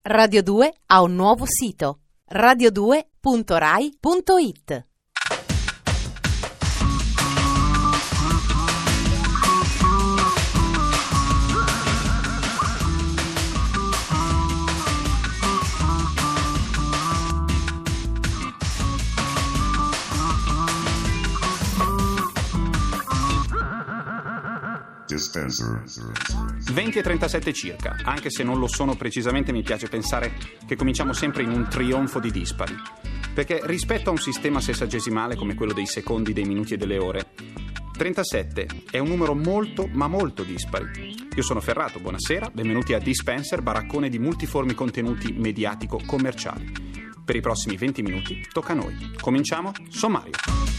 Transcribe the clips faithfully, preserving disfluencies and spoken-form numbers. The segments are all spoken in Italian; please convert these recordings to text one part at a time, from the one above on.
Radio due ha un nuovo sito: radio due punto rai punto it. venti e trentasette circa, anche se non lo sono precisamente. Mi piace pensare che cominciamo sempre in un trionfo di dispari, perché rispetto a un sistema sessagesimale come quello dei secondi, dei minuti e delle ore, trentasette è un numero molto ma molto dispari. Io sono Ferrato, buonasera, benvenuti a Dispenser, baraccone di multiformi contenuti mediatico-commerciali. Per i prossimi venti minuti tocca a noi. Cominciamo? Sommario.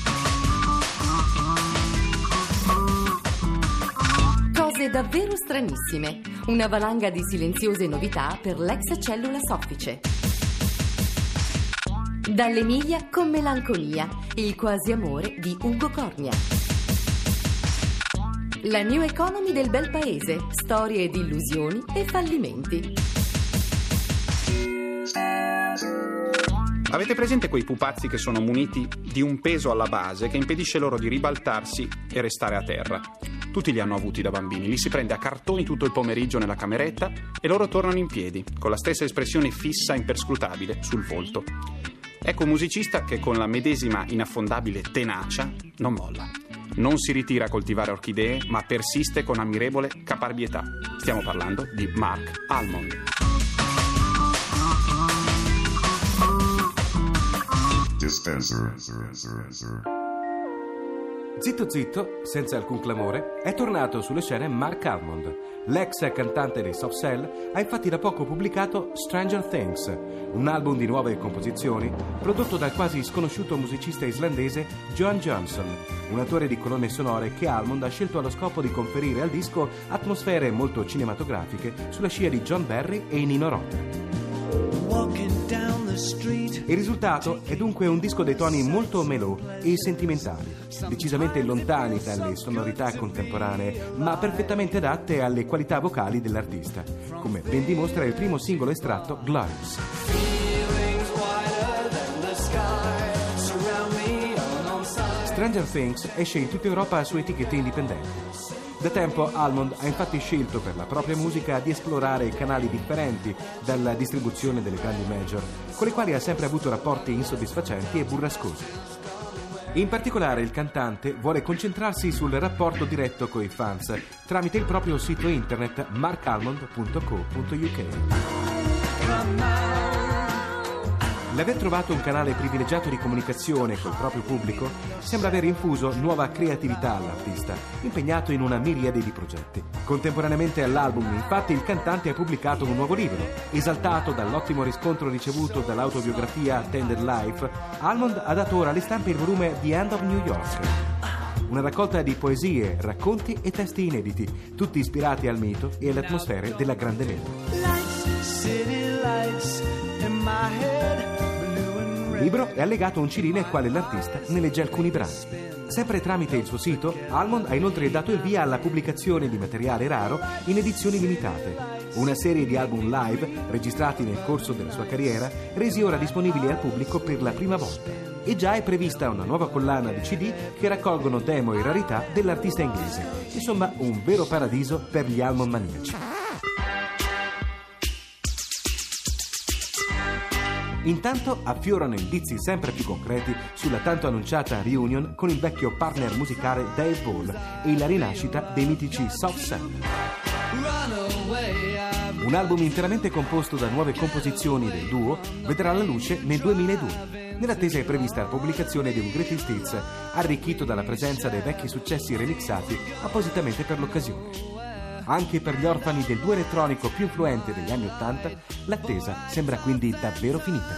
Cose davvero stranissime. Una valanga di silenziose novità per l'ex cellula soffice. Dall'Emilia con melanconia, il quasi amore di Ugo Cornia. La new economy del bel paese, storie di illusioni e fallimenti. Avete presente quei pupazzi che sono muniti di un peso alla base che impedisce loro di ribaltarsi e restare a terra? Tutti li hanno avuti da bambini, li si prende a cartoni tutto il pomeriggio nella cameretta e loro tornano in piedi, con la stessa espressione fissa e imperscrutabile sul volto. Ecco un musicista che con la medesima inaffondabile tenacia non molla. Non si ritira a coltivare orchidee, ma persiste con ammirevole caparbietà. Stiamo parlando di Mark Almond. Dispenser. Zitto zitto, senza alcun clamore, è tornato sulle scene Mark Almond. L'ex cantante dei Soft Cell ha infatti da poco pubblicato Stranger Things, un album di nuove composizioni prodotto dal quasi sconosciuto musicista islandese Joan Johnson, un autore di colonne sonore che Almond ha scelto allo scopo di conferire al disco atmosfere molto cinematografiche sulla scia di John Barry e Nino Rota. Il risultato è dunque un disco dai toni molto mellow e sentimentali, decisamente lontani dalle sonorità contemporanee, ma perfettamente adatte alle qualità vocali dell'artista, come ben dimostra il primo singolo estratto, Glorious. Stranger Things esce in tutta Europa su etichette indipendenti. Da tempo Almond ha infatti scelto per la propria musica di esplorare canali differenti dalla distribuzione delle grandi major, con le quali ha sempre avuto rapporti insoddisfacenti e burrascosi. In particolare il cantante vuole concentrarsi sul rapporto diretto coi fans tramite il proprio sito internet mark almond punto co punto u k. L'aver trovato un canale privilegiato di comunicazione col proprio pubblico sembra aver infuso nuova creatività all'artista, impegnato in una miriade di progetti. Contemporaneamente all'album, infatti, il cantante ha pubblicato un nuovo libro. Esaltato dall'ottimo riscontro ricevuto dall'autobiografia Tender Life, Almond ha dato ora alle stampe il volume The End of New York, una raccolta di poesie, racconti e testi inediti, tutti ispirati al mito e alle atmosfere della grande Mela. Il libro è allegato a un C D nel quale l'artista ne legge alcuni brani. Sempre tramite il suo sito, Almond ha inoltre dato il via alla pubblicazione di materiale raro in edizioni limitate, una serie di album live registrati nel corso della sua carriera, resi ora disponibili al pubblico per la prima volta. E già è prevista una nuova collana di C D che raccolgono demo e rarità dell'artista inglese. Insomma, un vero paradiso per gli Almond maniaci. Intanto affiorano indizi sempre più concreti sulla tanto annunciata reunion con il vecchio partner musicale Dave Ball e la rinascita dei mitici Soft Cell. Un album interamente composto da nuove composizioni del duo vedrà la luce nel duemiladue. Nell'attesa è prevista la pubblicazione di un Greatest Hits arricchito dalla presenza dei vecchi successi remixati appositamente per l'occasione. Anche per gli orfani del duo elettronico più influente degli anni Ottanta, l'attesa sembra quindi davvero finita.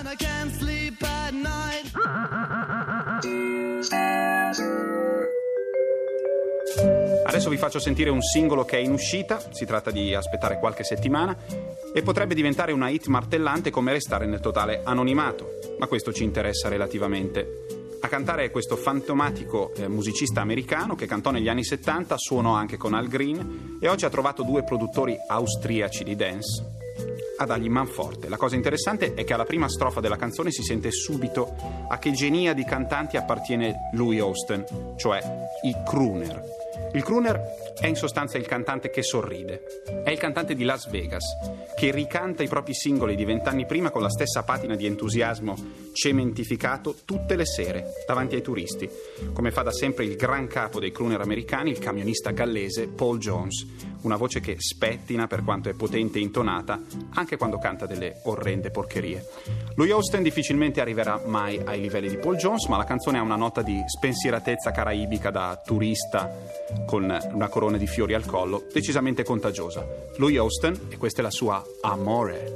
Adesso vi faccio sentire un singolo che è in uscita, si tratta di aspettare qualche settimana e potrebbe diventare una hit martellante come restare nel totale anonimato, ma questo ci interessa relativamente. A cantare è questo fantomatico eh, musicista americano che cantò negli anni settanta, suonò anche con Al Green e oggi ha trovato due produttori austriaci di dance. a dargli manforte. La cosa interessante è che alla prima strofa della canzone si sente subito a che genia di cantanti appartiene Louis Austin, cioè i crooner. Il crooner è in sostanza il cantante che sorride. È il cantante di Las Vegas, che ricanta i propri singoli di vent'anni prima con la stessa patina di entusiasmo cementificato tutte le sere davanti ai turisti, come fa da sempre il gran capo dei crooner americani, il camionista gallese Paul Jones, una voce che spettina per quanto è potente e intonata, anche quando canta delle orrende porcherie. Louis Austin difficilmente arriverà mai ai livelli di Paul Jones, ma la canzone ha una nota di spensieratezza caraibica da turista con una corona di fiori al collo, decisamente contagiosa. Louis Austin, e questa è la sua Amore.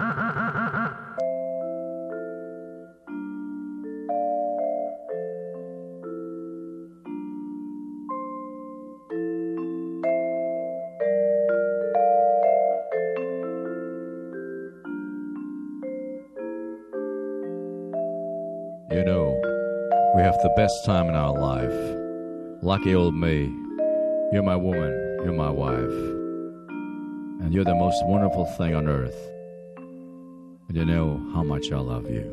You know, we have the best time in our life. Lucky old me. You're my woman, you're my wife. And you're the most wonderful thing on earth. And you know how much I love you.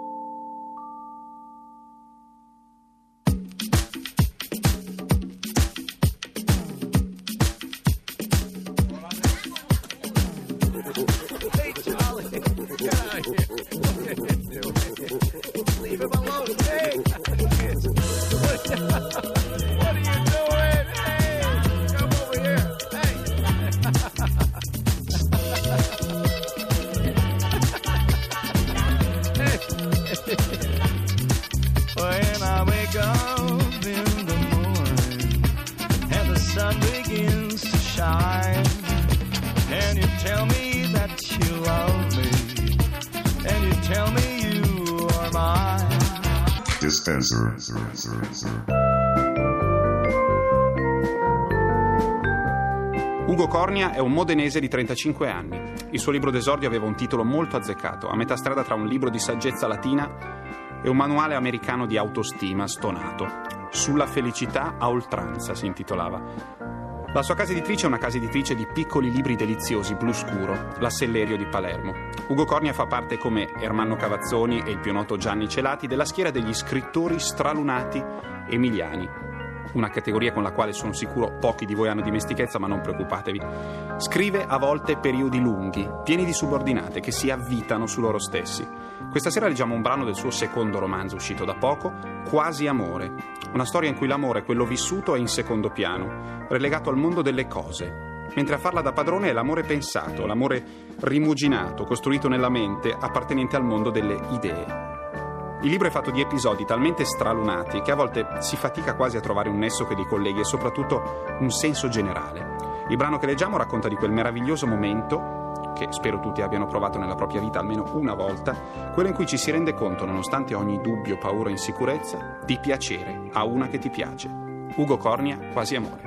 Leave him alone. Hey! What are you doing? Hey! Come over here. Hey! When I wake up in the morning and the sun begins to shine, and you tell me that you love me, and you tell me you are mine. Dispenser. Ugo Cornia è un modenese di trentacinque anni. Il suo libro d'esordio aveva un titolo molto azzeccato, a metà strada tra un libro di saggezza latina e un manuale americano di autostima stonato. Sulla felicità a oltranza si intitolava. La sua casa editrice è una casa editrice di piccoli libri deliziosi blu scuro, la Sellerio di Palermo. Ugo Cornia fa parte, come Ermanno Cavazzoni e il più noto Gianni Celati, della schiera degli scrittori stralunati emiliani, una categoria con la quale sono sicuro pochi di voi hanno dimestichezza, ma non preoccupatevi. Scrive a volte periodi lunghi, pieni di subordinate che si avvitano su loro stessi. Questa sera leggiamo un brano del suo secondo romanzo uscito da poco, Quasi amore, una storia in cui l'amore, quello vissuto, è in secondo piano, relegato al mondo delle cose, mentre a farla da padrone è l'amore pensato, l'amore rimuginato, costruito nella mente, appartenente al mondo delle idee. Il libro è fatto di episodi talmente stralunati che a volte si fatica quasi a trovare un nesso che li colleghi e soprattutto un senso generale. Il brano che leggiamo racconta di quel meraviglioso momento, che spero tutti abbiano provato nella propria vita almeno una volta, quello in cui ci si rende conto, nonostante ogni dubbio, paura e insicurezza, di piacere a una che ti piace. Ugo Cornia, Quasi amore.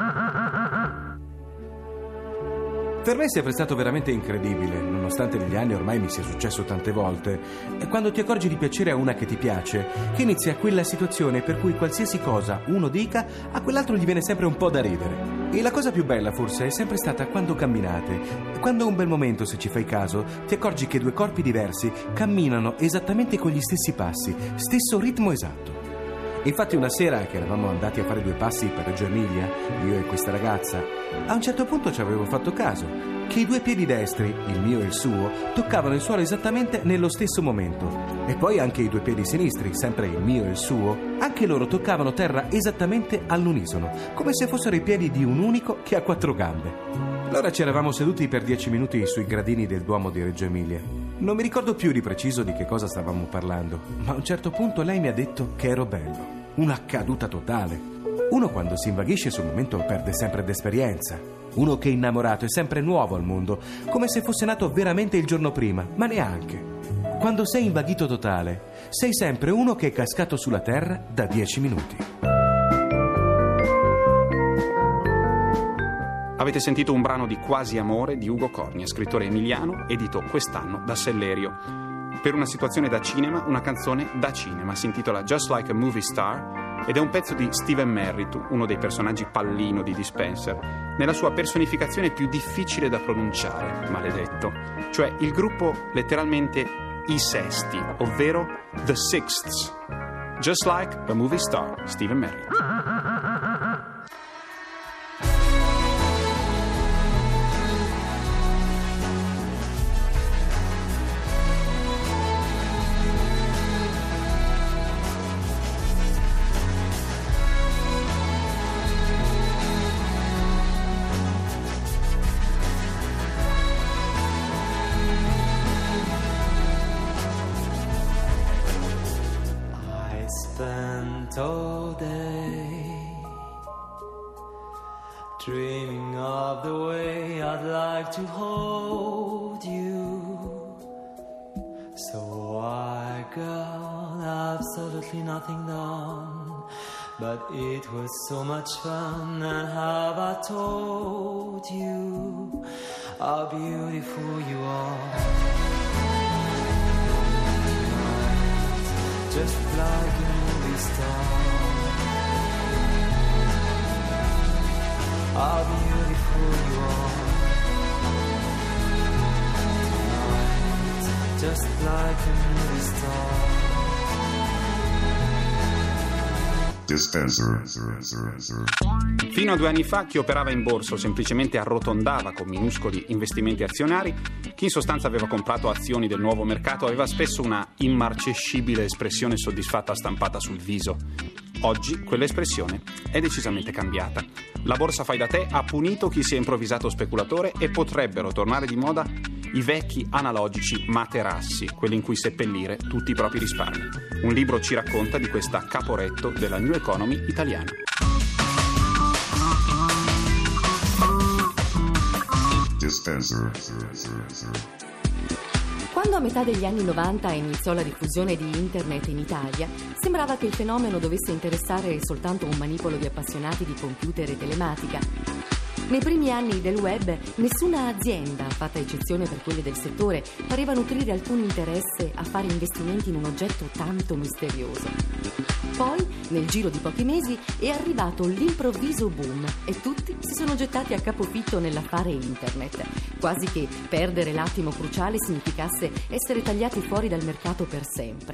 Per me è sempre stato veramente incredibile, nonostante negli anni ormai mi sia successo tante volte, quando ti accorgi di piacere a una che ti piace, che inizia quella situazione per cui qualsiasi cosa uno dica, a quell'altro gli viene sempre un po' da ridere. E la cosa più bella forse è sempre stata quando camminate, quando un bel momento, se ci fai caso, ti accorgi che due corpi diversi camminano esattamente con gli stessi passi, stesso ritmo esatto. Infatti una sera che eravamo andati a fare due passi per Reggio Emilia, io e questa ragazza, a un certo punto ci avevo fatto caso che i due piedi destri, il mio e il suo, toccavano il suolo esattamente nello stesso momento. E poi anche i due piedi sinistri, sempre il mio e il suo, anche loro toccavano terra esattamente all'unisono, come se fossero i piedi di un unico che ha quattro gambe. Allora ci eravamo seduti per dieci minuti sui gradini del Duomo di Reggio Emilia. Non mi ricordo più di preciso di che cosa stavamo parlando, ma a un certo punto lei mi ha detto che ero bello. Una caduta totale. Uno quando si invaghisce sul momento perde sempre d'esperienza. Uno che è innamorato è sempre nuovo al mondo, come se fosse nato veramente il giorno prima, ma neanche. Quando sei invaghito totale, sei sempre uno che è cascato sulla terra da dieci minuti. Avete sentito un brano di Quasi amore di Ugo Cornia, scrittore emiliano, edito quest'anno da Sellerio. Per una situazione da cinema, una canzone da cinema, si intitola Just Like a Movie Star ed è un pezzo di Stephen Merritt, uno dei personaggi pallino di Dispenser, nella sua personificazione più difficile da pronunciare, maledetto, cioè il gruppo letteralmente i sesti, ovvero The Sixths, just like a movie star, Stephen Merritt. Spent all day dreaming of the way I'd like to hold you. So why, got absolutely nothing done, but it was so much fun. And have I told you how beautiful you are? Just like a movie star, how beautiful you are tonight, just like a movie star. Dispenser. Fino a due anni fa chi operava in borsa o semplicemente arrotondava con minuscoli investimenti azionari, chi in sostanza aveva comprato azioni del nuovo mercato, aveva spesso una immarcescibile espressione soddisfatta stampata sul viso. Oggi quell'espressione è decisamente cambiata. La borsa fai da te ha punito chi si è improvvisato speculatore e potrebbero tornare di moda i vecchi analogici materassi, quelli in cui seppellire tutti i propri risparmi. Un libro ci racconta di questa Caporetto della New Economy italiana. Dispenser. Quando a metà degli anni novanta iniziò la diffusione di Internet in Italia, sembrava che il fenomeno dovesse interessare soltanto un manipolo di appassionati di computer e telematica. Nei primi anni del web, nessuna azienda, fatta eccezione per quelle del settore, pareva nutrire alcun interesse a fare investimenti in un oggetto tanto misterioso. Poi, nel giro di pochi mesi, è arrivato l'improvviso boom e tutti si sono gettati a capofitto nell'affare Internet, quasi che perdere l'attimo cruciale significasse essere tagliati fuori dal mercato per sempre.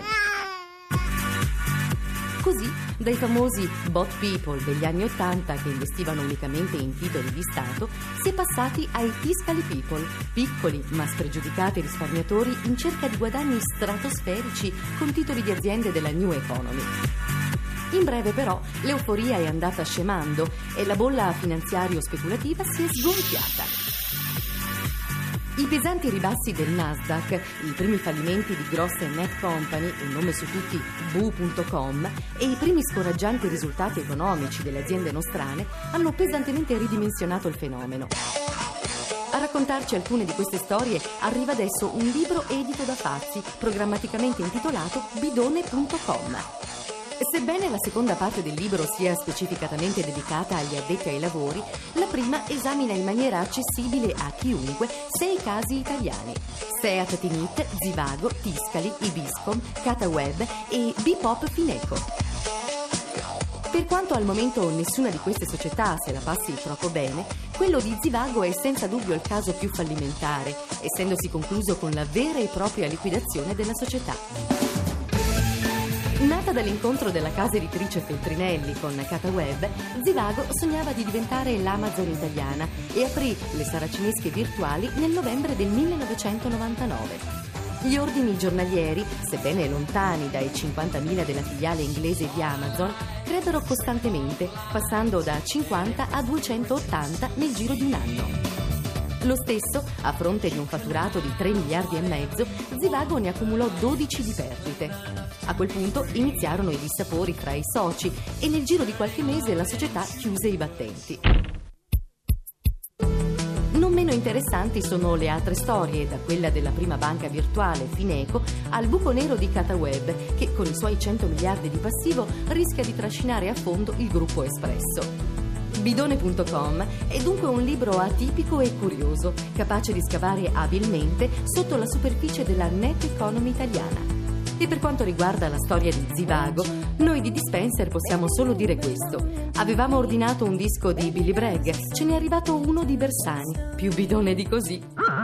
Così, dai famosi bot people degli anni Ottanta che investivano unicamente in titoli di Stato, si è passati ai fiscali people, piccoli ma spregiudicati risparmiatori in cerca di guadagni stratosferici con titoli di aziende della New Economy. In breve però l'euforia è andata scemando e la bolla finanziario-speculativa si è sgonfiata. I pesanti ribassi del Nasdaq, i primi fallimenti di grosse net company, un nome su tutti bu punto com, e i primi scoraggianti risultati economici delle aziende nostrane hanno pesantemente ridimensionato il fenomeno. A raccontarci alcune di queste storie arriva adesso un libro edito da Fazzi, programmaticamente intitolato bidone punto com. Sebbene la seconda parte del libro sia specificatamente dedicata agli addetti ai lavori, la prima esamina in maniera accessibile a chiunque sei casi italiani: Seat Tinit, Zivago, Tiscali, Ibiscom, Cataweb e Bipop Fineco. Per quanto al momento nessuna di queste società se la passi troppo bene, quello di Zivago è senza dubbio il caso più fallimentare, essendosi concluso con la vera e propria liquidazione della società. Nata dall'incontro della casa editrice Feltrinelli con Cataweb, Zivago sognava di diventare l'Amazon italiana e aprì le saracinesche virtuali nel novembre del millenovecentonovantanove. Gli ordini giornalieri, sebbene lontani dai cinquantamila della filiale inglese di Amazon, crebbero costantemente, passando da cinquanta a duecentottanta nel giro di un anno. Lo stesso, a fronte di un fatturato di tre miliardi e mezzo, Zivago ne accumulò dodici di perdite. A quel punto iniziarono i dissapori fra i soci e nel giro di qualche mese la società chiuse i battenti. Non meno interessanti sono le altre storie, da quella della prima banca virtuale, Fineco, al buco nero di Cataweb, che con i suoi cento miliardi di passivo rischia di trascinare a fondo il gruppo Espresso. bidone punto com è dunque un libro atipico e curioso, capace di scavare abilmente sotto la superficie della net economy italiana. E per quanto riguarda la storia di Zivago, noi di Dispenser possiamo solo dire questo. Avevamo ordinato un disco di Billy Bragg, ce n'è arrivato uno di Bersani. Più bidone di così.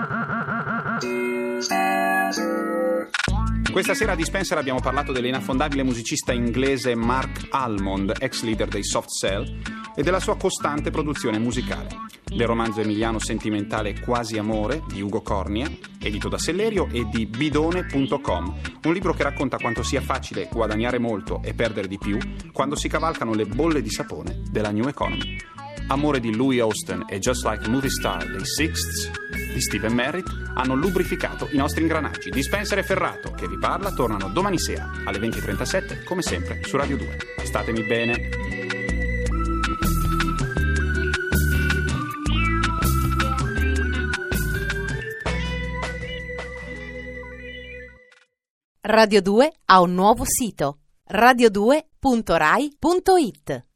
Questa sera a Dispenser abbiamo parlato dell'inaffondabile musicista inglese Mark Almond, ex leader dei Soft Cell, e della sua costante produzione musicale. Del romanzo emiliano sentimentale Quasi amore di Ugo Cornia, edito da Sellerio, e di bidone punto com, un libro che racconta quanto sia facile guadagnare molto e perdere di più quando si cavalcano le bolle di sapone della New Economy. Amore di Louis Austin e Just Like a Movie Star dei Sixths di Stephen Merritt hanno lubrificato i nostri ingranaggi. Dispenser e Ferrato, che vi parla, tornano domani sera alle venti e trentasette, come sempre, su Radio due. Statemi bene. Radio due ha un nuovo sito: radio due punto rai punto it.